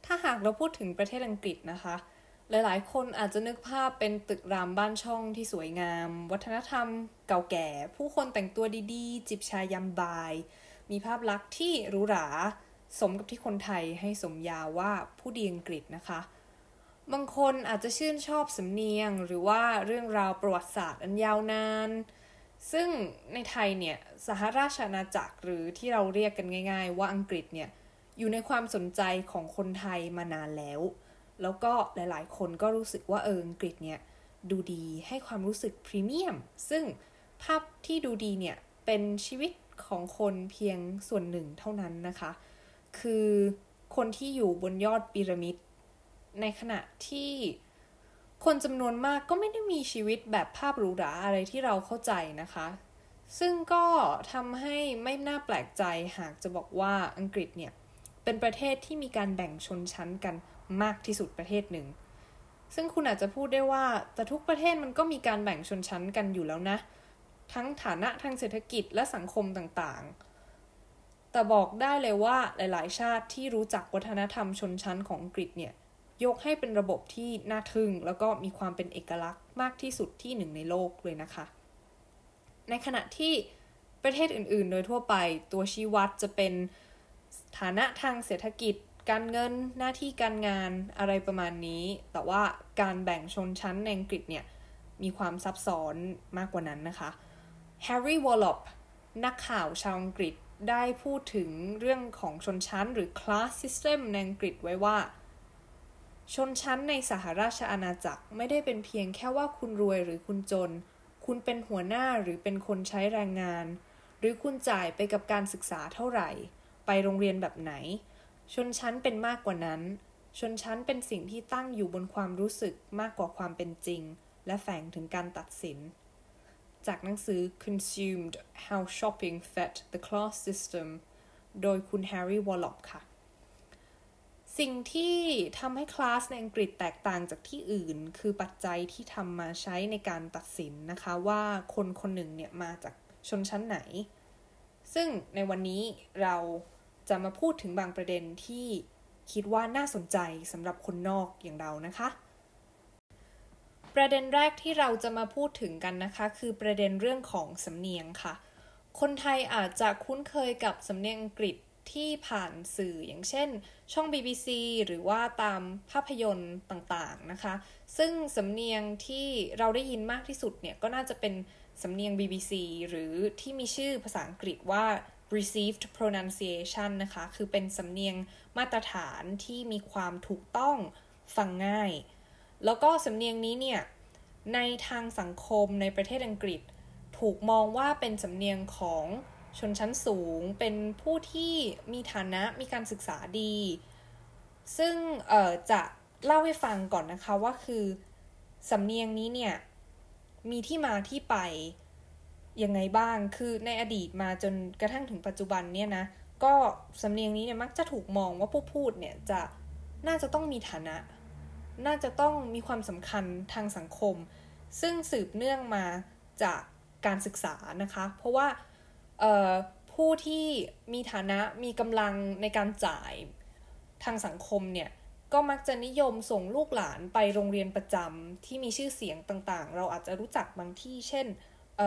ถ้าหากเราพูดถึงประเทศอังกฤษนะคะหลายๆคนอาจจะนึกภาพเป็นตึกรามบ้านช่องที่สวยงามวัฒนธรรมเก่าแก่ผู้คนแต่งตัวดีๆจิบชายามบ่ายมีภาพลักษณ์ที่หรูหราสมกับที่คนไทยให้สมญาว่าผู้ดีอังกฤษนะคะบางคนอาจจะชื่นชอบสำเนียงหรือว่าเรื่องราวประวัติศาสตร์อันยาวนานซึ่งในไทยเนี่ยสหราชอาณาจักรหรือที่เราเรียกกันง่ายๆว่าอังกฤษเนี่ยอยู่ในความสนใจของคนไทยมานานแล้วก็หลายๆคนก็รู้สึกว่าอังกฤษเนี่ยดูดีให้ความรู้สึกพรีเมียมซึ่งภาพที่ดูดีเนี่ยเป็นชีวิตของคนเพียงส่วนหนึ่งเท่านั้นนะคะคือคนที่อยู่บนยอดพีระมิดในขณะที่คนจำนวนมากก็ไม่ได้มีชีวิตแบบภาพหรูหราอะไรที่เราเข้าใจนะคะซึ่งก็ทำให้ไม่น่าแปลกใจหากจะบอกว่าอังกฤษเนี่ยเป็นประเทศที่มีการแบ่งชนชั้นกันมากที่สุดประเทศหนึ่งซึ่งคุณอาจจะพูดได้ว่าแต่ทุกประเทศมันก็มีการแบ่งชนชั้นกันอยู่แล้วนะทั้งฐานะทางเศรษฐกิจและสังคมต่างๆแต่บอกได้เลยว่าหลายๆชาติที่รู้จักวัฒนธรรมชนชั้นของอังกฤษเนี่ยยกให้เป็นระบบที่น่าทึ่งแล้วก็มีความเป็นเอกลักษณ์มากที่สุดที่หนึ่งในโลกเลยนะคะในขณะที่ประเทศอื่นๆโดยทั่วไปตัวชี้วัดจะเป็นฐานะทางเศรษฐกิจการเงินหน้าที่การงานอะไรประมาณนี้แต่ว่าการแบ่งชนชั้นในอังกฤษเนี่ยมีความซับซ้อนมากกว่านั้นนะคะแฮร์รี่วอลล็อปนักข่าวชาวอังกฤษได้พูดถึงเรื่องของชนชั้นหรือ class system ในอังกฤษไว้ว่าชนชั้นในสหราชอาณาจักรไม่ได้เป็นเพียงแค่ว่าคุณรวยหรือคุณจนคุณเป็นหัวหน้าหรือเป็นคนใช้แรงงานหรือคุณจ่ายไปกับการศึกษาเท่าไหร่ไปโรงเรียนแบบไหนชนชั้นเป็นมากกว่านั้นชนชั้นเป็นสิ่งที่ตั้งอยู่บนความรู้สึกมากกว่าความเป็นจริงและแฝงถึงการตัดสินจากหนังสือ Consumed How Shopping Fed the Class System โดยคุณแฮร์รี่วอลล็อปค่ะสิ่งที่ทำให้คลาสในอังกฤษแตกต่างจากที่อื่นคือปัจจัยที่ทำมาใช้ในการตัดสินนะคะว่าคนคนหนึ่งเนี่ยมาจากชนชั้นไหนซึ่งในวันนี้เราจะมาพูดถึงบางประเด็นที่คิดว่าน่าสนใจสำหรับคนนอกอย่างเรานะคะประเด็นแรกที่เราจะมาพูดถึงกันนะคะคือประเด็นเรื่องของสำเนียงค่ะคนไทยอาจจะคุ้นเคยกับสำเนียงอังกฤษที่ผ่านสื่ออย่างเช่นช่อง BBC หรือว่าตามภาพยนตร์ต่างๆนะคะซึ่งสำเนียงที่เราได้ยินมากที่สุดเนี่ยก็น่าจะเป็นสำเนียง BBC หรือที่มีชื่อภาษาอังกฤษว่า received pronunciation นะคะคือเป็นสำเนียงมาตรฐานที่มีความถูกต้องฟังง่ายแล้วก็สำเนียงนี้เนี่ยในทางสังคมในประเทศอังกฤษถูกมองว่าเป็นสำเนียงของชนชั้นสูงเป็นผู้ที่มีฐานะมีการศึกษาดีซึ่งจะเล่าให้ฟังก่อนนะคะว่าคือสำเนียงนี้เนี่ยมีที่มาที่ไปยังไงบ้างคือในอดีตมาจนกระทั่งถึงปัจจุบันเนี่ยนะก็สำเนียงนี้เนี่ยมักจะถูกมองว่าผู้พูดเนี่ยน่าจะต้องมีฐานะน่าจะต้องมีความสำคัญทางสังคมซึ่งสืบเนื่องมาจากการศึกษานะคะเพราะว่าผู้ที่มีฐานะมีกำลังในการจ่ายทางสังคมเนี่ยก็มักจะนิยมส่งลูกหลานไปโรงเรียนประจำที่มีชื่อเสียงต่างๆเราอาจจะรู้จักบางที่เช่น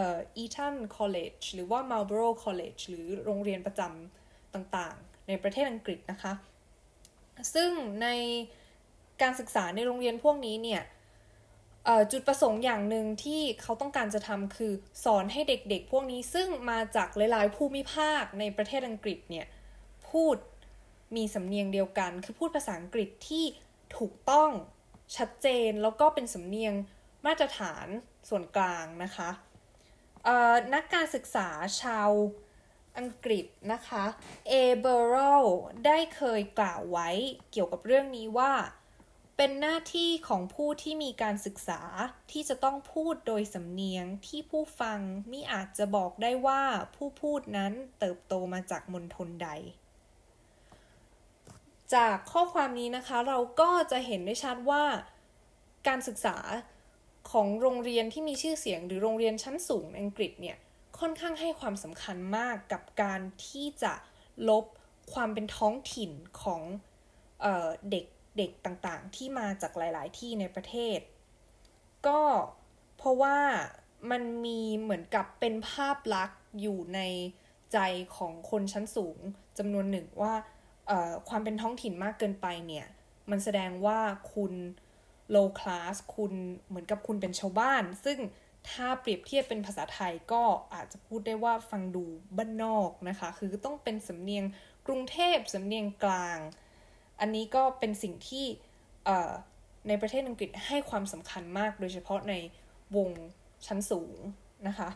Eton College หรือว่า Marlborough College หรือโรงเรียนประจำต่างๆในประเทศอังกฤษนะคะซึ่งในการศึกษาในโรงเรียนพวกนี้เนี่ยจุดประสงค์อย่างหนึ่งที่เขาต้องการจะทำคือสอนให้เด็กๆพวกนี้ซึ่งมาจากหลายๆภูมิภาคในประเทศอังกฤษเนี่ยพูดมีสำเนียงเดียวกันคือพูดภาษาอังกฤษที่ถูกต้องชัดเจนแล้วก็เป็นสำเนียงมาตรฐานส่วนกลางนะคะนักการศึกษาชาวอังกฤษนะคะเอเบอร์โรได้เคยกล่าวไว้เกี่ยวกับเรื่องนี้ว่าเป็นหน้าที่ของผู้ที่มีการศึกษาที่จะต้องพูดโดยสำเนียงที่ผู้ฟังมิอาจจะบอกได้ว่าผู้พูดนั้นเติบโตมาจากมณฑลใดจากข้อความนี้นะคะเราก็จะเห็นได้ชัดว่าการศึกษาของโรงเรียนที่มีชื่อเสียงหรือโรงเรียนชั้นสูงในอังกฤษเนี่ยค่อนข้างให้ความสำคัญมากกับการที่จะลบความเป็นท้องถิ่นของเด็กเด็กต่างๆที่มาจากหลายๆที่ในประเทศก็เพราะว่ามันมีเหมือนกับเป็นภาพลักษณ์อยู่ในใจของคนชั้นสูงจำนวนหนึ่งว่าความเป็นท้องถิ่นมากเกินไปเนี่ยมันแสดงว่าคุณ low class คุณเหมือนกับคุณเป็นชาวบ้านซึ่งถ้าเปรียบเทียบเป็นภาษาไทยก็อาจจะพูดได้ว่าฟังดูบ้านนอกนะคะคือต้องเป็นสำเนียงกรุงเทพสำเนียงกลางอันนี้ก็เป็นสิ่งที่ในประเทศอังกฤษให้ความสำคัญมากโดยเฉพาะในวงชั้นสูงนะคะ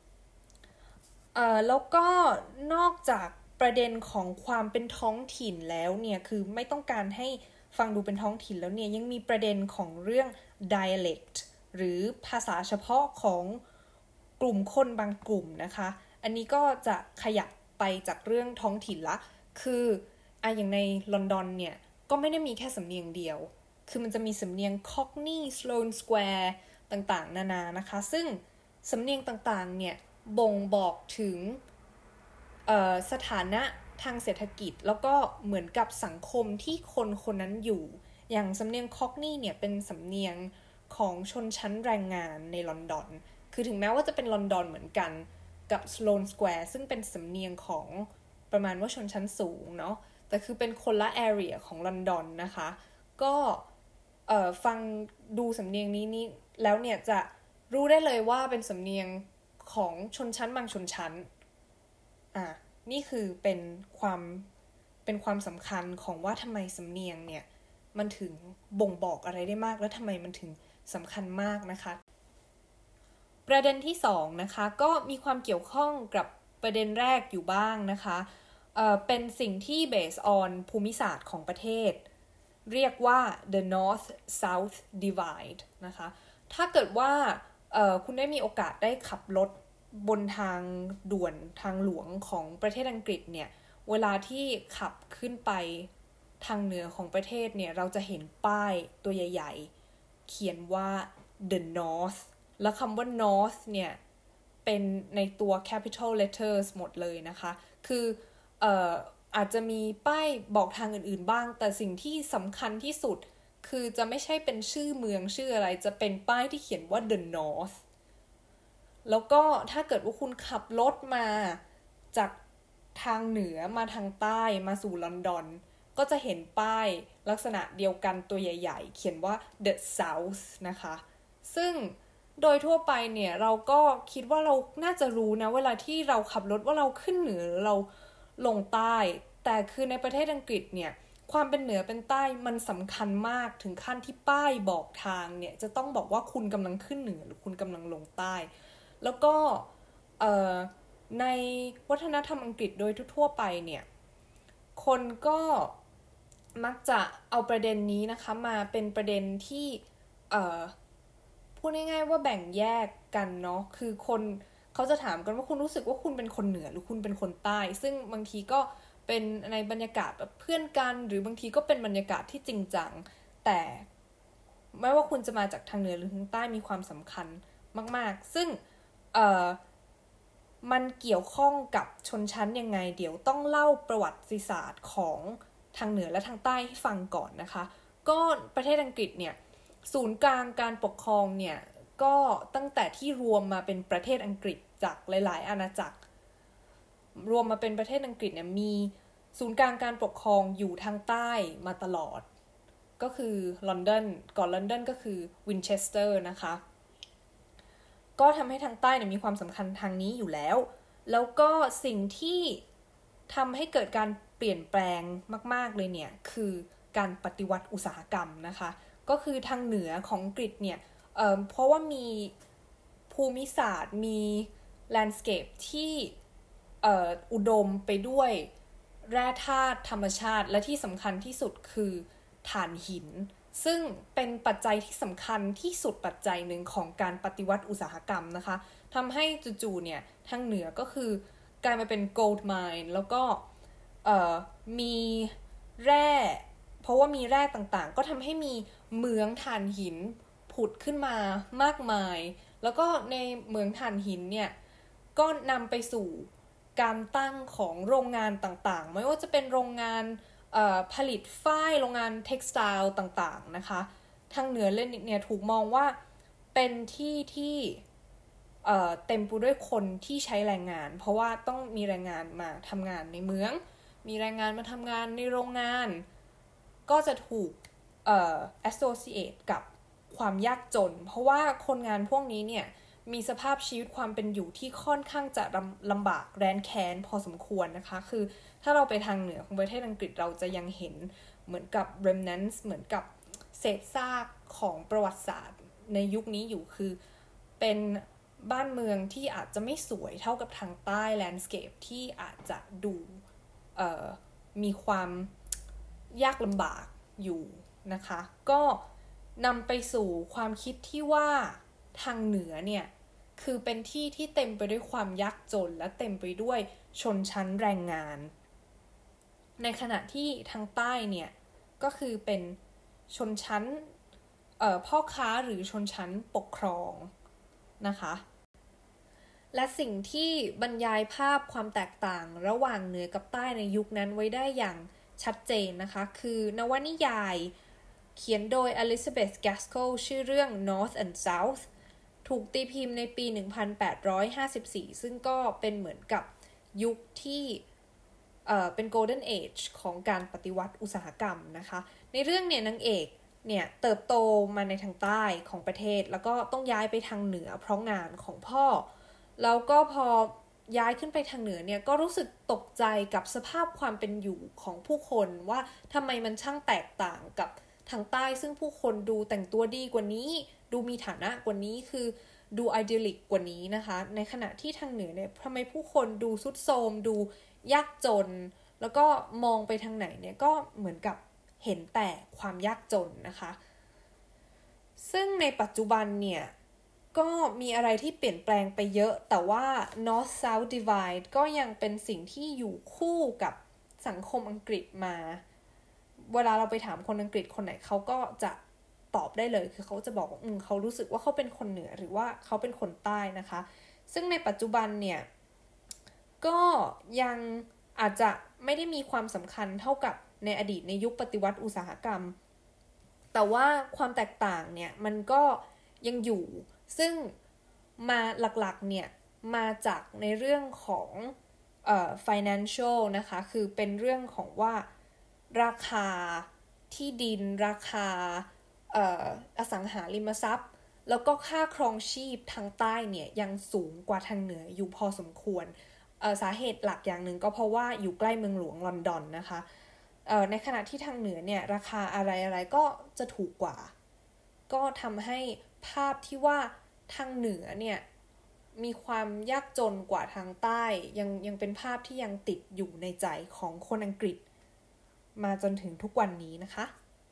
แล้วก็นอกจากประเด็นของความเป็นท้องถิ่นแล้วเนี่ยคือไม่ต้องการให้ฟังดูเป็นท้องถิ่นแล้วเนี่ยยังมีประเด็นของเรื่อง dialect หรือภาษาเฉพาะของกลุ่มคนบางกลุ่มนะคะอันนี้ก็จะขยับไปจากเรื่องท้องถิ่นละคืออย่างในลอนดอนเนี่ยก็ไม่ได้มีแค่สำเนียงเดียวคือมันจะมีสำเนียง Cockney Sloane Square ต่างๆนานานะคะซึ่งสำเนียงต่างๆเนี่ยบ่งบอกถึงสถานะทางเศรษฐกิจแล้วก็เหมือนกับสังคมที่คนคนนั้นอยู่อย่างสำเนียง Cockney เนี่ยเป็นสำเนียงของชนชั้นแรงงานในลอนดอนคือถึงแม้ว่าจะเป็นลอนดอนเหมือนกันกับ Sloane Square ซึ่งเป็นสำเนียงของประมาณว่าชนชั้นสูงเนาะแต่คือเป็นคนละ area ของลอนดอนนะคะก็ฟังดูสำเนียงนี้แล้วเนี่ยจะรู้ได้เลยว่าเป็นสำเนียงของชนชั้นบางชนชั้นนี่คือเป็นความสำคัญของว่าทำไมสำเนียงเนี่ยมันถึงบ่งบอกอะไรได้มากและทำไมมันถึงสำคัญมากนะคะประเด็นที่2นะคะก็มีความเกี่ยวข้องกับประเด็นแรกอยู่บ้างนะคะเป็นสิ่งที่ based on ภูมิศาสตร์ของประเทศเรียกว่า the North-South Divide นะคะถ้าเกิดว่าคุณได้มีโอกาสได้ขับรถบนทางด่วนทางหลวงของประเทศอังกฤษเนี่ยเวลาที่ขับขึ้นไปทางเหนือของประเทศเนี่ยเราจะเห็นป้ายตัวใหญ่ๆเขียนว่า the North และคำว่า North เนี่ยเป็นในตัว capital letters หมดเลยนะคะคืออาจจะมีป้ายบอกทางอื่นๆบ้างแต่สิ่งที่สำคัญที่สุดคือจะไม่ใช่เป็นชื่อเมืองชื่ออะไรจะเป็นป้ายที่เขียนว่า the North แล้วก็ถ้าเกิดว่าคุณขับรถมาจากทางเหนือมาทางใต้มาสู่ลอนดอนก็จะเห็นป้ายลักษณะเดียวกันตัวใหญ่ๆเขียนว่า the South นะคะซึ่งโดยทั่วไปเนี่ยเราก็คิดว่าเราน่าจะรู้นะเวลาที่เราขับรถว่าเราขึ้นเหนือหรือเราลงใต้แต่คือในประเทศอังกฤษเนี่ยความเป็นเหนือเป็นใต้มันสำคัญมากถึงขั้นที่ป้ายบอกทางเนี่ยจะต้องบอกว่าคุณกำลังขึ้นเหนือหรือคุณกำลังลงใต้แล้วก็ในวัฒนธรรมอังกฤษโดยทั่วไปเนี่ยคนก็มักจะเอาประเด็นนี้นะคะมาเป็นประเด็นที่พูดง่ายๆว่าแบ่งแยกกันเนาะคือคนเขาจะถามกันว่าคุณรู้สึกว่าคุณเป็นคนเหนือหรือคุณเป็นคนใต้ซึ่งบางทีก็เป็นในบรรยากาศแบบเพื่อนกันหรือบางทีก็เป็นบรรยากาศที่จริงจังแต่ไม่ว่าคุณจะมาจากทางเหนือหรือทางใต้มีความสำคัญมากๆซึ่งมันเกี่ยวข้องกับชนชั้นยังไงเดี๋ยวต้องเล่าประวัติศาสตร์ของทางเหนือและทางใต้ให้ฟังก่อนนะคะก็ประเทศอังกฤษเนี่ยศูนย์กลางการปกครองเนี่ยก็ตั้งแต่ที่รวมมาเป็นประเทศอังกฤษจากหลายๆอาณาจักรรวมมาเป็นประเทศอังกฤษเนี่ยมีศูนย์กลางการปกครองอยู่ทางใต้มาตลอดก็คือลอนดอนก่อนลอนดอนก็คือวินเชสเตอร์นะคะก็ทำให้ทางใต้เนี่ยมีความสำคัญทางนี้อยู่แล้วแล้วก็สิ่งที่ทำให้เกิดการเปลี่ยนแปลงมากๆเลยเนี่ยคือการปฏิวัติอุตสาหกรรมนะคะก็คือทางเหนือของอังกฤษเนี่ยเพราะว่ามีภูมิศาสตร์มีแลนด์สเคปที่อุดมไปด้วยแร่ธาตุธรรมชาติและที่สำคัญที่สุดคือถ่านหินซึ่งเป็นปัจจัยที่สำคัญที่สุดปัจจัยหนึ่งของการปฏิวัติอุตสาหกรรมนะคะทำให้จู่ๆเนี่ยทางเหนือก็คือกลายมาเป็น gold mine แล้วก็มีแร่เพราะว่ามีแร่ต่างๆก็ทำให้มีเหมืองถ่านหินผุดขึ้นมามากมายแล้วก็ในเหมืองถ่านหินเนี่ยก็นำไปสู่การตั้งของโรงงานต่างๆไม่ว่าจะเป็นโรงงานผลิตฝ้ายโรงงานเท็กซ์ไทล์ต่างๆนะคะทางเหนือเลนิกเนี่ยถูกมองว่าเป็นที่ที่เต็มไปด้วยคนที่ใช้แรงงานเพราะว่าต้องมีแรงงานมาทำงานในเมืองมีแรงงานมาทำงานในโรงงานก็จะถูกassociate กับความยากจนเพราะว่าคนงานพวกนี้เนี่ยมีสภาพชีวิตความเป็นอยู่ที่ค่อนข้างจะลำบากแร้นแค้นพอสมควรนะคะคือถ้าเราไปทางเหนือของประเทศอังกฤษเราจะยังเห็นเหมือนกับ remnants เหมือนกับเศษซากของประวัติศาสตร์ในยุคนี้อยู่คือเป็นบ้านเมืองที่อาจจะไม่สวยเท่ากับทางใต้แลนด์สเคปที่อาจจะดูมีความยากลำบากอยู่นะคะก็นำไปสู่ความคิดที่ว่าทางเหนือเนี่ยคือเป็นที่ที่เต็มไปด้วยความยากจนและเต็มไปด้วยชนชั้นแรงงานในขณะที่ทางใต้เนี่ยก็คือเป็นชนชั้นพ่อค้าหรือชนชั้นปกครองนะคะและสิ่งที่บรรยายภาพความแตกต่างระหว่างเหนือกับใต้ในยุคนั้นไว้ได้อย่างชัดเจนนะคะคือนวนิยายเขียนโดย Elizabeth Gaskell ชื่อเรื่อง North and South ถูกตีพิมพ์ในปี 1854 ซึ่งก็เป็นเหมือนกับยุคที่เป็น Golden Age ของการปฏิวัติอุตสาหกรรมนะคะในเรื่องเนี่ยนางเอกเนี่ยเติบโตมาในทางใต้ของประเทศแล้วก็ต้องย้ายไปทางเหนือเพราะงานของพ่อแล้วก็พอย้ายขึ้นไปทางเหนือเนี่ยก็รู้สึกตกใจกับสภาพความเป็นอยู่ของผู้คนว่าทำไมมันช่างแตกต่างกับทางใต้ซึ่งผู้คนดูแต่งตัวดีกว่านี้ดูมีฐานะกว่านี้คือดูไอเดียลิกกว่านี้นะคะในขณะที่ทางเหนือเนี่ยทำไมผู้คนดูทรุดโทรมดูยากจนแล้วก็มองไปทางไหนเนี่ยก็เหมือนกับเห็นแต่ความยากจนนะคะซึ่งในปัจจุบันเนี่ยก็มีอะไรที่เปลี่ยนแปลงไปเยอะแต่ว่า North South Divide ก็ยังเป็นสิ่งที่อยู่คู่กับสังคมอังกฤษมาเวลาเราไปถามคนอังกฤษคนไหนเขาก็จะตอบได้เลยคือเขาจะบอกว่าเขารู้สึกว่าเขาเป็นคนเหนือหรือว่าเขาเป็นคนใต้นะคะซึ่งในปัจจุบันเนี่ยก็ยังอาจจะไม่ได้มีความสำคัญเท่ากับในอดีตในยุคปฏิวัติอุตสาหกรรมแต่ว่าความแตกต่างเนี่ยมันก็ยังอยู่ซึ่งมาหลักๆเนี่ยมาจากในเรื่องของfinancial นะคะคือเป็นเรื่องของว่าราคาที่ดินราคาอสังหาริมทรัพย์แล้วก็ค่าครองชีพทางใต้เนี่ยยังสูงกว่าทางเหนืออยู่พอสมควรสาเหตุหลักอย่างหนึ่งก็เพราะว่าอยู่ใกล้เมืองหลวงลอนดอนนะคะในขณะที่ทางเหนือเนี่ยราคาอะไรๆก็จะถูกกว่าก็ทำให้ภาพที่ว่าทางเหนือเนี่ยมีความยากจนกว่าทางใต้ยังเป็นภาพที่ยังติดอยู่ในใจของคนอังกฤษมาจนถึงทุกวันนี้นะคะ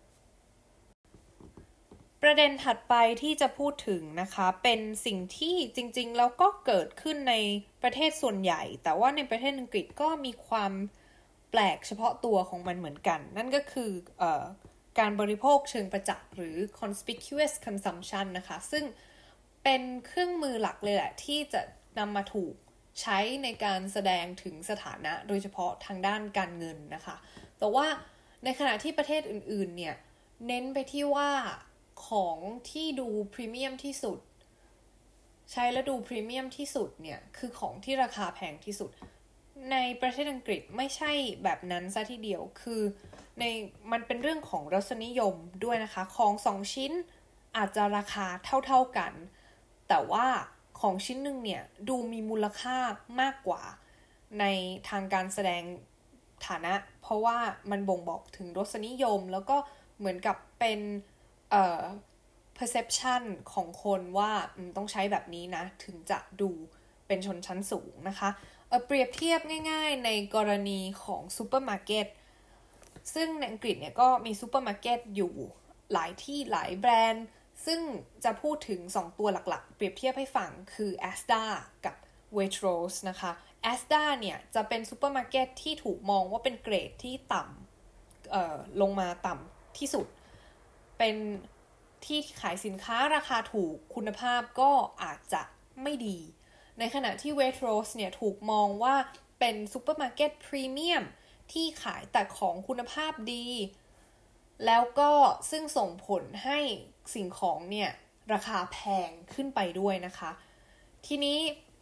ประเด็นถัดไปที่จะพูดถึงนะคะเป็นสิ่งที่จริงๆแล้วก็เกิดขึ้นในประเทศส่วนใหญ่แต่ว่าในประเทศอังกฤษก็มีความแปลกเฉพาะตัวของมันเหมือนกันนั่นก็คือการบริโภคเชิงประจักษ์หรือ conspicuous consumption นะคะซึ่งเป็นเครื่องมือหลักเลยแหละที่จะนำมาถูกใช้ในการแสดงถึงสถานะโดยเฉพาะทางด้านการเงินนะคะแต่ว่าในขณะที่ประเทศอื่นๆเนี่ยเน้นไปที่ว่าของที่ดูพรีเมียมที่สุดใช้แล้วดูพรีเมียมที่สุดเนี่ยคือของที่ราคาแพงที่สุดในประเทศอังกฤษไม่ใช่แบบนั้นซะทีเดียวคือมันเป็นเรื่องของรสนิยมด้วยนะคะของ2ชิ้นอาจจะราคาเท่ากันแต่ว่าของชิ้นหนึ่งเนี่ยดูมีมูลค่ามากกว่าในทางการแสดงฐานะเพราะว่ามันบ่งบอกถึงรสนิยมแล้วก็เหมือนกับเป็นperception ของคนว่าต้องใช้แบบนี้นะถึงจะดูเป็นชนชั้นสูงนะคะเปรียบเทียบง่ายๆในกรณีของซูเปอร์มาร์เก็ตซึ่งในอังกฤษเนี่ยก็มีซูเปอร์มาร์เก็ตอยู่หลายที่หลายแบรนด์ซึ่งจะพูดถึง2ตัวหลักๆเปรียบเทียบให้ฟังคือ Asda กับ Waitrose นะคะ Asda เนี่ยจะเป็นซูเปอร์มาร์เก็ตที่ถูกมองว่าเป็นเกรดที่ต่ำลงมาต่ำที่สุดเป็นที่ขายสินค้าราคาถูกคุณภาพก็อาจจะไม่ดีในขณะที่ Waitrose เนี่ยถูกมองว่าเป็นซูเปอร์มาร์เก็ตพรีเมียมที่ขายแต่ของคุณภาพดีแล้วก็ซึ่งส่งผลให้สิ่งของเนี่ยราคาแพงขึ้นไปด้วยนะคะทีนี้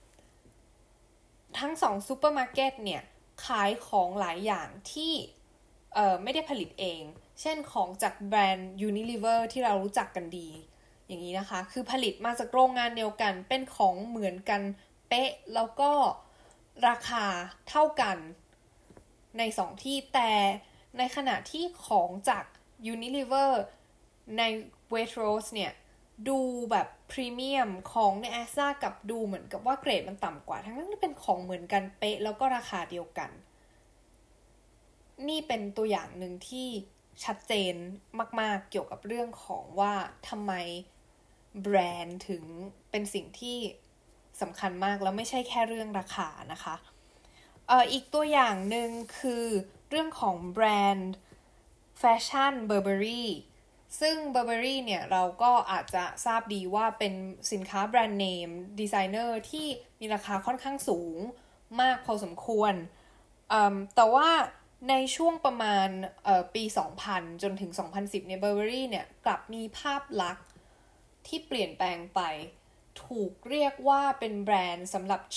ทั้ง2ซูเปอร์มาร์เก็ตเนี่ยขายของหลายอย่างที่ไม่ได้ผลิตเองเช่นของจากแบรนด์ Unilever ที่เรารู้จักกันดีอย่างนี้นะคะคือผลิตมาจากโรงงานเดียวกันเป็นของเหมือนกันเป๊ะแล้วก็ราคาเท่ากันใน2ที่แต่ในขณะที่ของจาก Unilever ใน Waitrose เนี่ยดูแบบพรีเมียมของในแอสซากับดูเหมือนกับว่าเกรดมันต่ำกว่าทั้งนั้นที่เป็นของเหมือนกันเป๊ะแล้วก็ราคาเดียวกันนี่เป็นตัวอย่างหนึ่งที่ชัดเจนมากๆเกี่ยวกับเรื่องของว่าทำไมแบรนด์ถึงเป็นสิ่งที่สำคัญมากแล้วไม่ใช่แค่เรื่องราคานะคะอีกตัวอย่างหนึ่งคือเรื่องของแบรนด์แฟชั่น Burberry ซึ่ง Burberry เนี่ยเราก็อาจจะทราบดีว่าเป็นสินค้าแบรนด์เนมดีไซเนอร์ที่มีราคาค่อนข้างสูงมากพอสมควรแต่ว่าในช่วงประมาณปี 2000 จนถึง 2010 เนี่ย Burberry เนี่ยกลับมีภาพลักษณ์ที่เปลี่ยนแปลงไปถูกเรียกว่าเป็นแบรนด์สำหรับ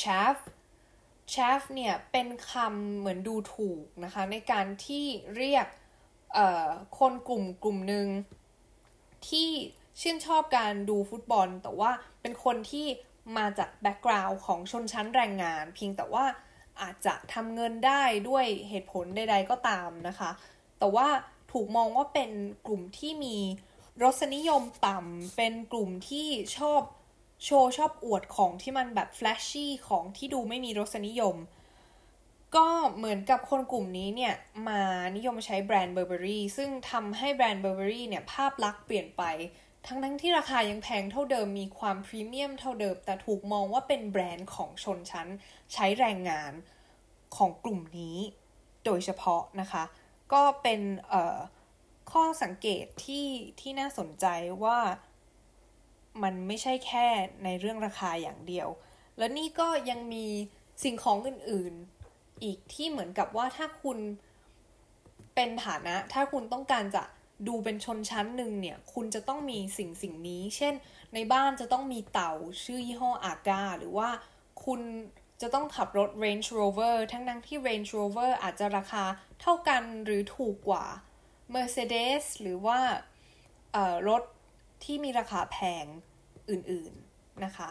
chav เนี่ยเป็นคำเหมือนดูถูกนะคะในการที่เรียกคนกลุ่มหนึ่งที่ชื่นชอบการดูฟุตบอลแต่ว่าเป็นคนที่มาจากแบ็กกราวด์ของชนชั้นแรงงานเพียงแต่ว่าอาจจะทำเงินได้ด้วยเหตุผลใดๆก็ตามนะคะแต่ว่าถูกมองว่าเป็นกลุ่มที่มีรสนิยมต่ำเป็นกลุ่มที่ชอบโชว์ชอบอวดของที่มันแบบแฟลชชี่ของที่ดูไม่มีรสนิยมก็เหมือนกับคนกลุ่มนี้เนี่ยมานิยมใช้แบรนด์ Burberry ซึ่งทำให้แบรนด์ Burberry เนี่ยภาพลักษณ์เปลี่ยนไปทั้งที่ราคายังแพงเท่าเดิมมีความพรีเมียมเท่าเดิมแต่ถูกมองว่าเป็นแบรนด์ของชนชั้นใช้แรงงานของกลุ่มนี้โดยเฉพาะนะคะก็เป็นข้อสังเกตที่น่าสนใจว่ามันไม่ใช่แค่ในเรื่องราคาอย่างเดียวแล้วนี่ก็ยังมีสิ่งของอื่นๆอีกที่เหมือนกับว่าถ้าคุณเป็นฐานะถ้าคุณต้องการจะดูเป็นชนชั้นหนึ่งเนี่ยคุณจะต้องมีสิ่งนี้เช่นในบ้านจะต้องมีเต่าชื่อยี่ห้ออากาหรือว่าคุณจะต้องขับรถ Range Rover ทั้งที่ Range Rover อาจจะราคาเท่ากันหรือถูกกว่า Mercedes หรือว่ารถที่มีราคาแพงอื่นๆนะคะ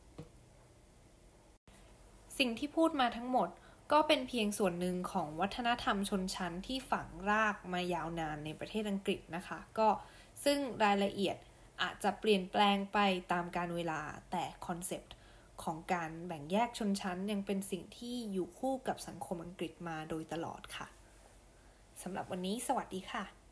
สิ่งที่พูดมาทั้งหมดก็เป็นเพียงส่วนหนึ่งของวัฒนธรรมชนชั้นที่ฝังรากมายาวนานในประเทศอังกฤษนะคะก็ซึ่งรายละเอียดอาจจะเปลี่ยนแปลงไปตามกาลเวลาแต่คอนเซปต์ของการแบ่งแยกชนชั้นยังเป็นสิ่งที่อยู่คู่กับสังคมอังกฤษมาโดยตลอดค่ะสำหรับวันนี้สวัสดีค่ะ